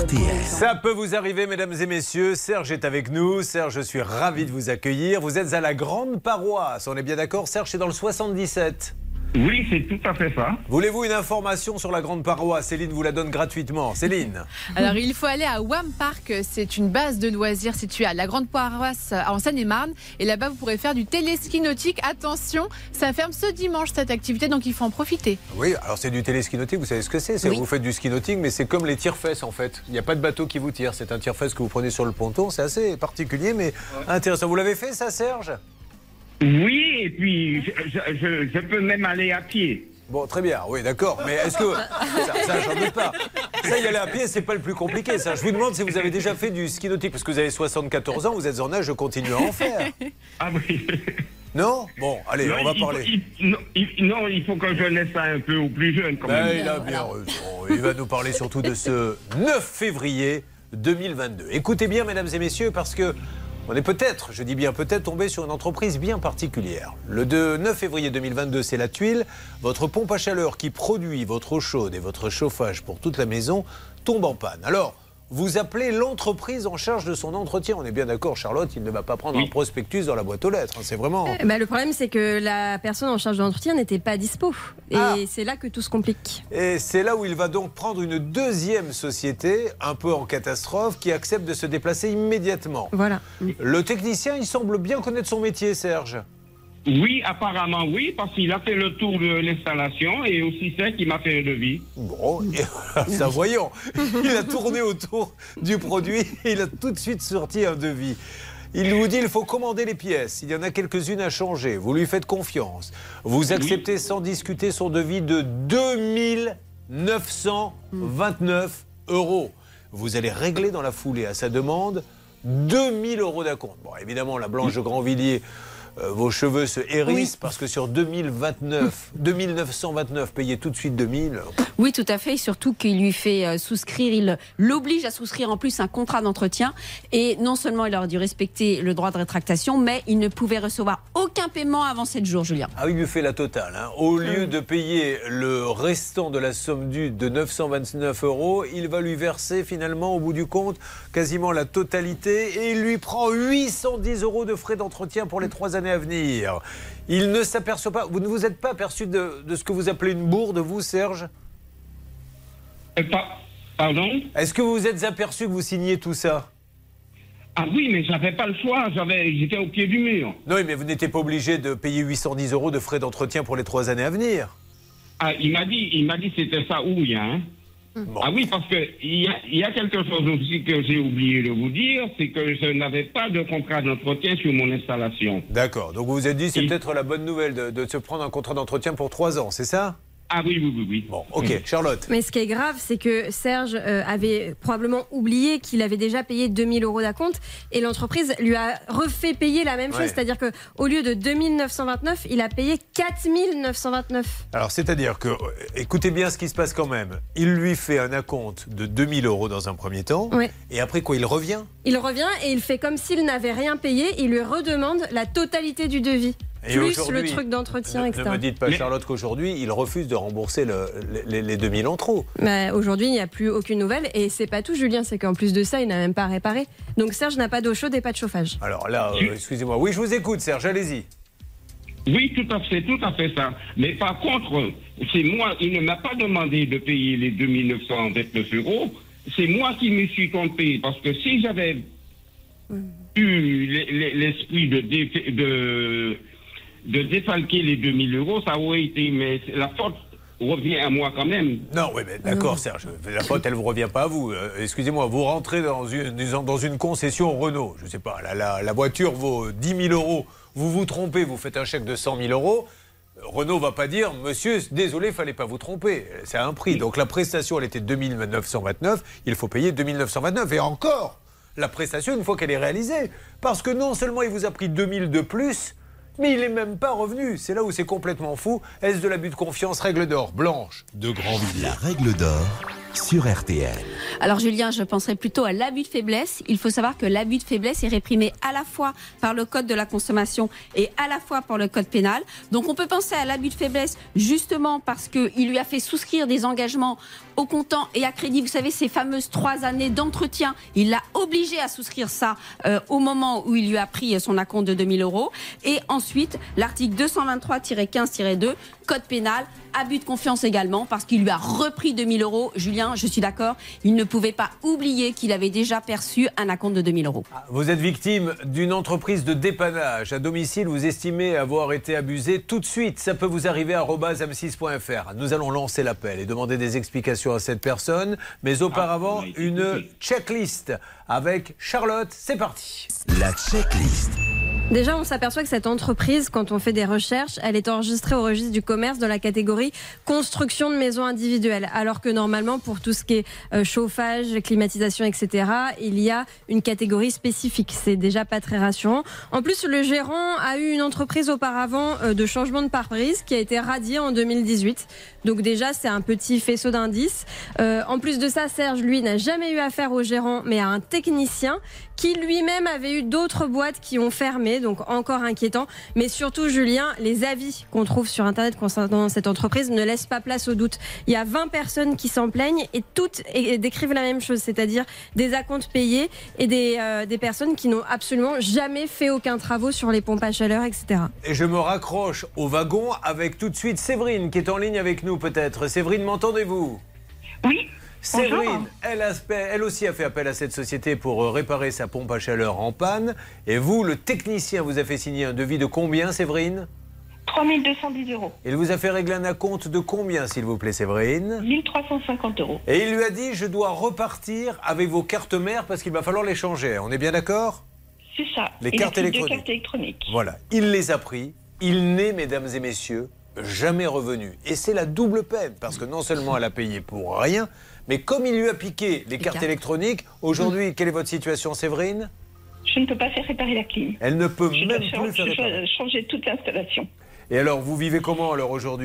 RTL. Ça peut vous arriver, mesdames et messieurs. Serge est avec nous. Serge, je suis ravi de vous accueillir. Vous êtes à la Grande Paroisse, on est bien d'accord? Serge, c'est dans le 77. Oui, c'est tout à fait ça. Voulez-vous une information sur la Grande Paroisse? Céline vous la donne gratuitement. Céline. Alors, il faut aller à Wam Park. C'est une base de loisirs située à la Grande Paroisse en Seine-et-Marne. Et là-bas, vous pourrez faire du téléski nautique. Attention, ça ferme ce dimanche cette activité, donc il faut en profiter. Oui, alors c'est du téléski nautique, vous savez ce que c'est? Oui. Vous faites du ski nautique, mais c'est comme les tire-fesses en fait. Il n'y a pas de bateau qui vous tire. C'est un tire-fesses que vous prenez sur le ponton. C'est assez particulier, mais intéressant. Vous l'avez fait ça, Serge? Oui, et puis je peux même aller à pied. Bon, très bien, oui, d'accord. Mais est-ce que... Ça, j'en doute pas. Ça, y aller à pied, c'est pas le plus compliqué. Ça. Je vous demande si vous avez déjà fait du ski nautique, parce que vous avez 74 ans, vous êtes en âge de continuer à en faire. Ah oui. Non? Bon, allez, Non, on va parler. il faut que je laisse ça un peu aux plus jeunes. Quand même. Il a bien raison. Il va nous parler surtout de ce 9 février 2022. Écoutez bien, mesdames et messieurs, parce que on est peut-être, je dis bien peut-être, tombé sur une entreprise bien particulière. Le 9 février 2022, c'est la tuile. Votre pompe à chaleur qui produit votre eau chaude et votre chauffage pour toute la maison tombe en panne. Alors, vous appelez l'entreprise en charge de son entretien. On est bien d'accord, Charlotte, il ne va pas prendre un prospectus dans la boîte aux lettres. C'est vraiment... Le problème, c'est que la personne en charge de l'entretien n'était pas dispo. Et c'est là que tout se complique. Et c'est là où il va donc prendre une deuxième société, un peu en catastrophe, qui accepte de se déplacer immédiatement. Voilà. Le technicien, il semble bien connaître son métier, Serge. Oui, apparemment oui, parce qu'il a fait le tour de l'installation et aussi c'est qui m'a fait un devis. Bon, ça voyons. Il a tourné autour du produit et il a tout de suite sorti un devis. Il vous dit il faut commander les pièces. Il y en a quelques-unes à changer. Vous lui faites confiance. Vous acceptez sans discuter son devis de 2929 €. Vous allez régler dans la foulée à sa demande 2000 € d'acompte. Bon, évidemment, la Blanche de Grandvilliers, vos cheveux se hérissent parce que sur 2929 payer tout de suite 2000. Oui, tout à fait. Et surtout qu'il lui fait souscrire, il l'oblige à souscrire en plus un contrat d'entretien. Et non seulement il aurait dû respecter le droit de rétractation, mais il ne pouvait recevoir aucun paiement avant 7 jours, Julien. Ah oui, il lui fait la totale. Hein. Au lieu de payer le restant de la somme due de 929 €, il va lui verser finalement, au bout du compte, quasiment la totalité. Et il lui prend 810 € de frais d'entretien pour les 3 années à venir. Il ne s'aperçoit pas. Vous ne vous êtes pas aperçu de ce que vous appelez une bourde, vous, Serge? Pardon? Est-ce que vous vous êtes aperçu que vous signiez tout ça? Ah oui, mais j'avais pas le choix, j'étais au pied du mur. Non, mais vous n'étiez pas obligé de payer 810 € de frais d'entretien pour les 3 années à venir. Ah, il m'a dit c'était ça oui, hein. Bon. Ah oui, parce que il y a quelque chose aussi que j'ai oublié de vous dire, c'est que je n'avais pas de contrat d'entretien sur mon installation. D'accord, donc vous vous êtes dit c'est peut-être la bonne nouvelle de se prendre un contrat d'entretien pour 3 ans, c'est ça? Ah oui. Bon, ok, Charlotte. Mais ce qui est grave, c'est que Serge avait probablement oublié qu'il avait déjà payé 2000 € d'acompte et l'entreprise lui a refait payer la même chose. C'est-à-dire qu'au lieu de 2929, il a payé 4929. Alors, c'est-à-dire que, écoutez bien ce qui se passe quand même. Il lui fait un acompte de 2000 € dans un premier temps. Ouais. Et après quoi, il revient? Il revient et il fait comme s'il n'avait rien payé. Il lui redemande la totalité du devis. Et plus le truc d'entretien, etc. Ne me dites pas, Charlotte, qu'aujourd'hui, il refuse de rembourser les 2000 en trop. Aujourd'hui, il n'y a plus aucune nouvelle. Et c'est pas tout, Julien, c'est qu'en plus de ça, il n'a même pas réparé. Donc Serge n'a pas d'eau chaude et pas de chauffage. Alors là, excusez-moi. Oui, je vous écoute, Serge, allez-y. Oui, tout à fait ça. Mais par contre, c'est moi, il ne m'a pas demandé de payer les 2929 €. C'est moi qui me suis trompé. Parce que si j'avais eu l'esprit de défalquer les 2000 €, ça aurait été, mais la faute revient à moi quand même. Non, oui, mais d'accord, Serge, la faute, elle ne revient pas à vous. Excusez-moi, vous rentrez dans une concession Renault, je ne sais pas, la voiture vaut 10 000 €, vous vous trompez, vous faites un chèque de 100 000 €, Renault ne va pas dire, monsieur, désolé, il ne fallait pas vous tromper, c'est un prix. Donc la prestation, elle était de 2929, il faut payer 2929, et encore, la prestation, une fois qu'elle est réalisée, parce que non seulement il vous a pris 2000 de plus, mais il n'est même pas revenu. C'est là où c'est complètement fou. Est-ce de l'abus de confiance? Règle d'or, Blanche de Grandvilliers. La règle d'or sur RTL. Alors Julien, je penserais plutôt à l'abus de faiblesse. Il faut savoir que l'abus de faiblesse est réprimé à la fois par le code de la consommation et à la fois par le code pénal. Donc on peut penser à l'abus de faiblesse justement parce qu'il lui a fait souscrire des engagements au comptant et à crédit. Vous savez, ces fameuses 3 années d'entretien, il l'a obligé à souscrire ça au moment où il lui a pris son acompte de 2 000 €. Et ensuite, l'article 223-15-2, code pénal, abus de confiance également, parce qu'il lui a repris 2 000 €. Julien, je suis d'accord, il ne pouvait pas oublier qu'il avait déjà perçu un acompte de 2 000 €. Vous êtes victime d'une entreprise de dépannage. À domicile, vous estimez avoir été abusé. Tout de suite, ça peut vous arriver à @m6.fr. Nous allons lancer l'appel et demander des explications à cette personne. Mais auparavant, une checklist avec Charlotte. C'est parti. La checklist. Déjà, on s'aperçoit que cette entreprise, quand on fait des recherches, elle est enregistrée au registre du commerce dans la catégorie construction de maisons individuelles. Alors que normalement, pour tout ce qui est chauffage, climatisation, etc., il y a une catégorie spécifique. C'est déjà pas très rassurant. En plus, le gérant a eu une entreprise auparavant de changement de pare-brise qui a été radiée en 2018. Donc déjà, c'est un petit faisceau d'indices. En plus de ça, Serge, lui, n'a jamais eu affaire au gérant, mais à un technicien qui lui-même avait eu d'autres boîtes qui ont fermé, donc encore inquiétant. Mais surtout, Julien, les avis qu'on trouve sur Internet concernant cette entreprise ne laissent pas place au doute. Il y a 20 personnes qui s'en plaignent et toutes décrivent la même chose, c'est-à-dire des acomptes payés et des personnes qui n'ont absolument jamais fait aucun travaux sur les pompes à chaleur, etc. Et je me raccroche au wagon avec tout de suite Séverine qui est en ligne avec nous peut-être. Séverine, m'entendez-vous ? Oui. Séverine, elle aussi a fait appel à cette société pour réparer sa pompe à chaleur en panne. Et vous, le technicien, vous a fait signer un devis de combien, Séverine ? 3 210 €. Il vous a fait régler un acompte de combien, s'il vous plaît, Séverine ? 1 350 €. Et il lui a dit, je dois repartir avec vos cartes mères parce qu'il va falloir les changer. On est bien d'accord ? C'est ça. Les cartes électroniques. 2 cartes électroniques. Voilà, il les a pris. Il n'est, mesdames et messieurs, jamais revenu. Et c'est la double peine, parce que non seulement elle a payé pour rien, mais comme il lui a piqué les cartes électroniques, aujourd'hui, quelle est votre situation, Séverine ? Je ne peux pas faire réparer la clim. Elle ne peut même plus faire réparer. Je dois changer toute l'installation. Et alors, vous vivez comment alors aujourd'hui ?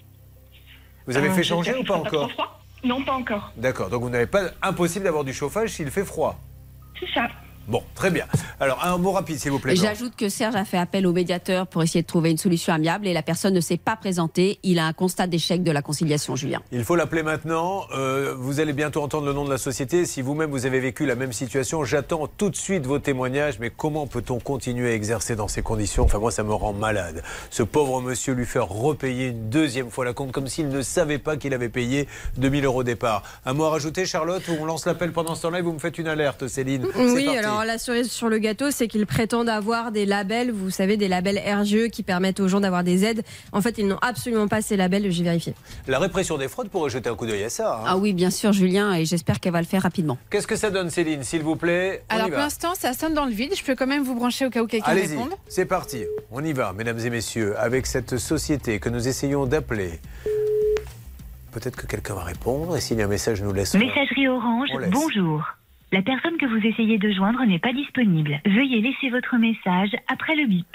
Vous avez fait changer ou pas encore ? Non, pas encore. D'accord, donc vous n'avez pas impossible d'avoir du chauffage s'il fait froid. C'est ça. Bon, très bien. Alors, un mot rapide, s'il vous plaît. J'ajoute que Serge a fait appel au médiateur pour essayer de trouver une solution amiable et la personne ne s'est pas présentée. Il a un constat d'échec de la conciliation, Julien. Il faut l'appeler maintenant. Vous allez bientôt entendre le nom de la société. Si vous-même, vous avez vécu la même situation, j'attends tout de suite vos témoignages. Mais comment peut-on continuer à exercer dans ces conditions ? Enfin, moi, ça me rend malade. Ce pauvre monsieur lui faire repayer une deuxième fois la compte, comme s'il ne savait pas qu'il avait payé 2 000 € au départ. Un mot à rajouter, Charlotte, ou on lance l'appel pendant ce temps-là et vous me faites une alerte, Céline. Oui, alors la cerise sur le gâteau, c'est qu'ils prétendent avoir des labels, vous savez, des labels RGE qui permettent aux gens d'avoir des aides. En fait, ils n'ont absolument pas ces labels, j'ai vérifié. La répression des fraudes pourrait jeter un coup d'œil à ça. Hein. Ah oui, bien sûr, Julien, et j'espère qu'elle va le faire rapidement. Qu'est-ce que ça donne, Céline, s'il vous plaît ? Alors pour l'instant, ça sonne dans le vide. Je peux quand même vous brancher au cas où quelqu'un réponde. C'est parti. On y va, mesdames et messieurs, avec cette société que nous essayons d'appeler. Peut-être que quelqu'un va répondre, et s'il y a un message, nous laissons. Messagerie Orange, bonjour. La personne que vous essayez de joindre n'est pas disponible. Veuillez laisser votre message après le bip.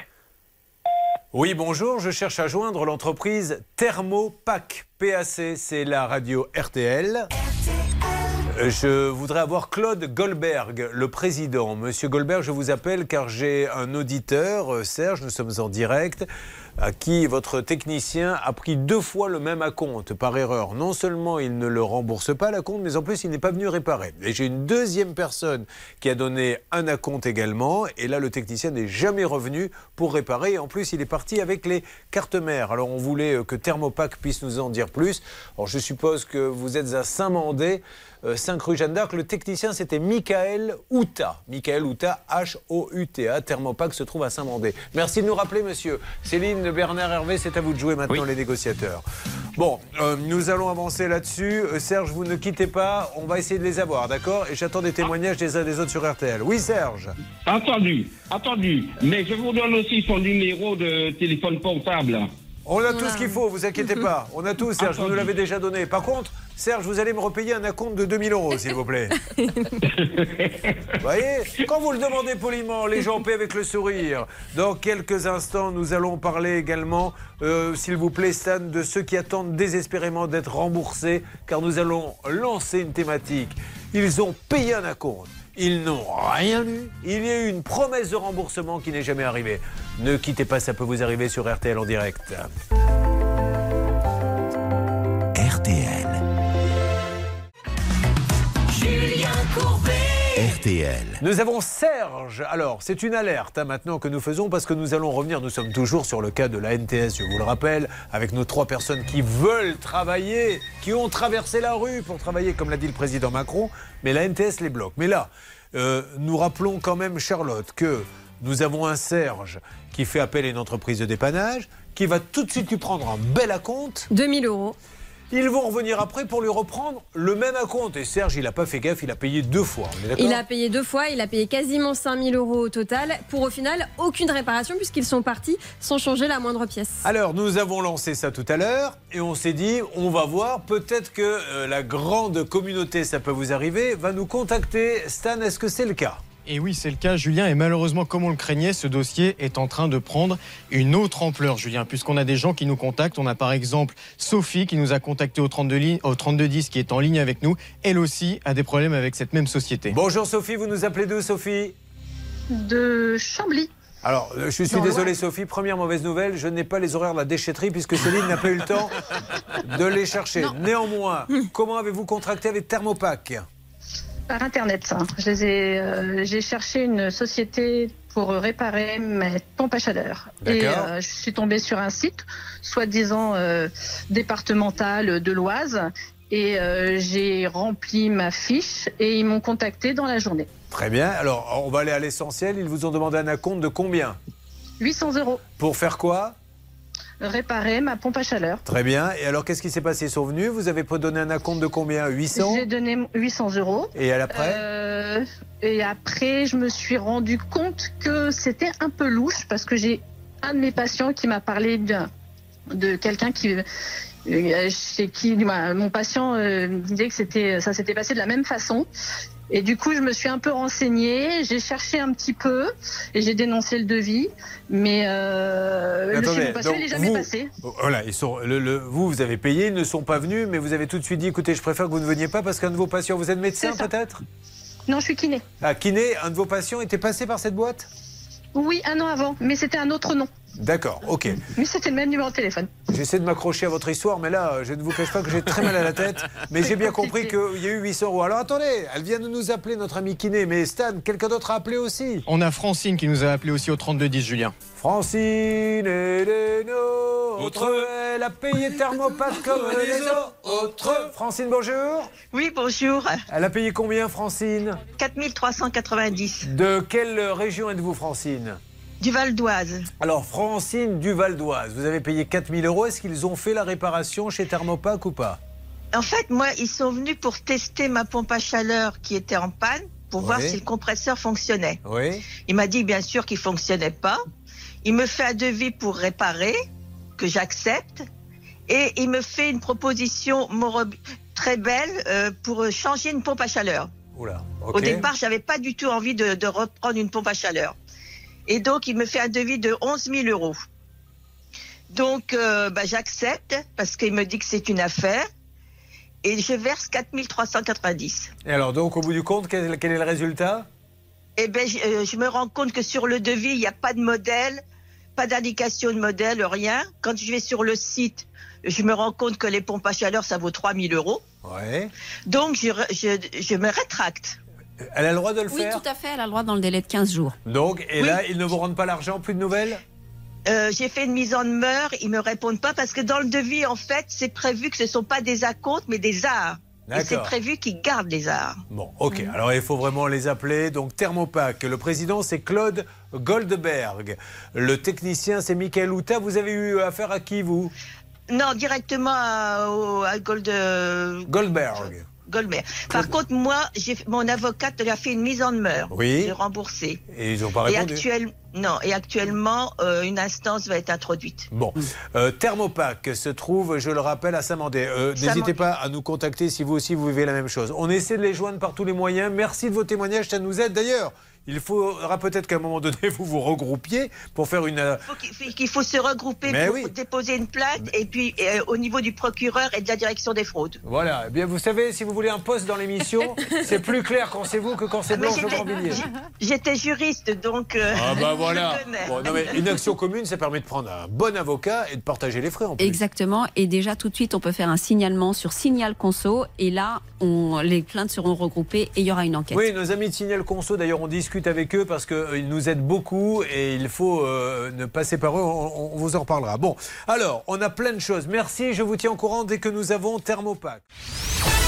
Oui, bonjour, je cherche à joindre l'entreprise Thermopac. PAC, c'est la radio RTL. Je voudrais avoir Claude Goldberg, le président. Monsieur Goldberg, je vous appelle car j'ai un auditeur, Serge, nous sommes en direct, à qui votre technicien a pris 2 fois le même acompte par erreur. Non seulement il ne le rembourse pas l'acompte, mais en plus il n'est pas venu réparer. Et j'ai une deuxième personne qui a donné un acompte également. Et là, le technicien n'est jamais revenu pour réparer. Et en plus, il est parti avec les cartes mères. Alors on voulait que Thermopac puisse nous en dire plus. Alors je suppose que vous êtes à Saint-Mandé, 5 rue Jeanne d'Arc. Le technicien, c'était Michael Houta. Michael Houta, H-O-U-T-A. Thermopac se trouve à Saint-Mandé. Merci de nous rappeler, monsieur. Céline, Bernard, Hervé, c'est à vous de jouer maintenant, les négociateurs. Bon, nous allons avancer là-dessus. Serge, vous ne quittez pas. On va essayer de les avoir, d'accord ? Et j'attends des témoignages des uns des autres sur RTL. Oui, Serge ? Entendu. Mais je vous donne aussi son numéro de téléphone portable. On a tout ce qu'il faut, vous inquiétez pas. On a tout, Serge, vous nous l'avez déjà donné. Par contre, Serge, vous allez me repayer un acompte de 2000 €, s'il vous plaît. Vous voyez, quand vous le demandez poliment, les gens paient avec le sourire. Dans quelques instants, nous allons parler également, s'il vous plaît, Stan, de ceux qui attendent désespérément d'être remboursés, car nous allons lancer une thématique. Ils ont payé un acompte. Ils n'ont rien eu. Il y a eu une promesse de remboursement qui n'est jamais arrivée. Ne quittez pas, ça peut vous arriver sur RTL en direct. RTL. Julien Courbet. RTL. Nous avons Serge. Alors, c'est une alerte maintenant que nous faisons parce que nous allons revenir. Nous sommes toujours sur le cas de la NTS, je vous le rappelle, avec nos 3 personnes qui veulent travailler, qui ont traversé la rue pour travailler, comme l'a dit le président Macron, mais la NTS les bloque. Mais là, nous rappelons quand même, Charlotte, que nous avons un Serge qui fait appel à une entreprise de dépannage, qui va tout de suite lui prendre un bel acompte. 2000 €. Ils vont revenir après pour lui reprendre le même acompte. Et Serge, il n'a pas fait gaffe, il a payé 2 fois. On est d'accord ? Il a payé 2 fois, il a payé quasiment 5000 € au total, pour au final aucune réparation puisqu'ils sont partis sans changer la moindre pièce. Alors, nous avons lancé ça tout à l'heure et on s'est dit, on va voir, peut-être que la grande communauté, ça peut vous arriver, va nous contacter. Stan, est-ce que c'est le cas ? Et oui, c'est le cas, Julien. Et malheureusement, comme on le craignait, ce dossier est en train de prendre une autre ampleur, Julien, puisqu'on a des gens qui nous contactent. On a par exemple Sophie qui nous a contacté au 3210, qui est en ligne avec nous. Elle aussi a des problèmes avec cette même société. Bonjour Sophie, vous nous appelez d'où, Sophie ? De Chambly. Alors, je suis désolé Sophie, première mauvaise nouvelle, je n'ai pas les horaires de la déchetterie puisque Céline n'a pas eu le temps de les chercher. Non. Néanmoins, comment avez-vous contracté avec Thermopack ? Par Internet, ça. J'ai cherché une société pour réparer mes pompes à chaleur. Et D'accord. je suis tombée sur un site, soi-disant départemental de l'Oise. Et j'ai rempli ma fiche et ils m'ont contacté dans la journée. Très bien, alors on va aller à l'essentiel. Ils vous ont demandé un acompte de combien ? 800 €. Pour faire quoi ? Réparer ma pompe à chaleur. Très bien. Et alors, qu'est-ce qui s'est passé ? Ils sont venus, vous avez pas donné un acompte de combien ? 800 ? J'ai donné 800 €. Et après Et après, je me suis rendu compte que c'était un peu louche parce que j'ai un de mes patients qui m'a parlé de quelqu'un qui... chez qui mon patient disait que ça s'était passé de la même façon. Et du coup, je me suis un peu renseignée, j'ai cherché un petit peu et j'ai dénoncé le devis. Mais chez mon patient, il n'est jamais passé. Voilà, ils sont, vous avez payé, ils ne sont pas venus, mais vous avez tout de suite dit, écoutez, je préfère que vous ne veniez pas parce qu'un de vos patients, vous êtes médecin peut-être ? Non, je suis kiné. Ah, kiné, un de vos patients était passé par cette boîte ? Oui, 1 an avant, mais c'était un autre nom. D'accord, ok. Mais c'était le même numéro de téléphone. J'essaie de m'accrocher à votre histoire, mais là, je ne vous cache pas que j'ai très mal à la tête. Mais j'ai bien compris qu'il y a eu 800 €. Alors attendez, elle vient de nous appeler, notre amie kiné. Mais Stan, quelqu'un d'autre a appelé aussi ? On a Francine qui nous a appelé aussi au 3210, Julien. Francine et les nôtres, elle a payé Thermopack comme les autres. Francine, bonjour. Oui, bonjour. Elle a payé combien, Francine ? 4390. De quelle région êtes-vous, Francine ? Du Val d'Oise. Alors, Francine du Val d'Oise, vous avez payé 4000 €. Est-ce qu'ils ont fait la réparation chez Thermopack ou pas ? En fait, moi, ils sont venus pour tester ma pompe à chaleur qui était en panne, pour voir si le compresseur fonctionnait. Oui. Il m'a dit, bien sûr, qu'il ne fonctionnait pas. Il me fait un devis pour réparer, que j'accepte. Et il me fait une proposition très belle pour changer une pompe à chaleur. Oula, ok. Au départ, je n'avais pas du tout envie de reprendre une pompe à chaleur. Et donc, il me fait un devis de 11 000 €. Donc, j'accepte parce qu'il me dit que c'est une affaire. Et je verse 4 390. Et alors, donc, au bout du compte, quel est le résultat ? Eh bien, je me rends compte que sur le devis, il n'y a pas de modèle, pas d'indication de modèle, rien. Quand je vais sur le site, je me rends compte que les pompes à chaleur, ça vaut 3 000 €. Ouais. Donc, je me rétracte. Elle a le droit de le faire ? Oui, tout à fait, elle a le droit dans le délai de 15 jours. Donc, et là, ils ne vous rendent pas l'argent, plus de nouvelles ? J'ai fait une mise en demeure, ils me répondent pas parce que dans le devis, en fait, c'est prévu que ce ne sont pas des acomptes, mais des arts. Et c'est prévu qu'ils gardent les arts. Bon, ok. Alors, il faut vraiment les appeler. Donc, Thermopack. Le président, c'est Claude Goldberg. Le technicien, c'est Michael Houta. Vous avez eu affaire à qui, vous ? Non, directement à Goldberg. Goldmer. Par contre, moi, mon avocate lui a fait une mise en demeure. Oui. De rembourser. Et ils n'ont pas répondu. Et actuellement, une instance va être introduite. Bon. Thermopac se trouve, je le rappelle, à Saint-Mandé. N'hésitez pas à nous contacter si vous aussi vous vivez la même chose. On essaie de les joindre par tous les moyens. Merci de vos témoignages, ça nous aide. D'ailleurs, il faudra peut-être qu'à un moment donné, vous vous regroupiez pour faire une... Il faut se regrouper pour déposer une plainte et puis au niveau du procureur et de la direction des fraudes. Voilà. Eh bien, vous savez, si vous voulez un poste dans l'émission, c'est plus clair quand c'est vous que quand c'est Blanche Grandvilliers. J'étais juriste, donc... Ah bah voilà. Bon, non, mais une action commune, ça permet de prendre un bon avocat et de partager les frais en plus. Exactement. Et déjà, tout de suite, on peut faire un signalement sur Signal Conso. Et là, les plaintes seront regroupées et il y aura une enquête. Oui, nos amis de Signal Conso, d'ailleurs, on discute avec eux parce qu'ils nous aident beaucoup et il faut ne passer par eux. On vous en reparlera. Bon, alors, on a plein de choses. Merci, je vous tiens au courant dès que nous avons Thermopac.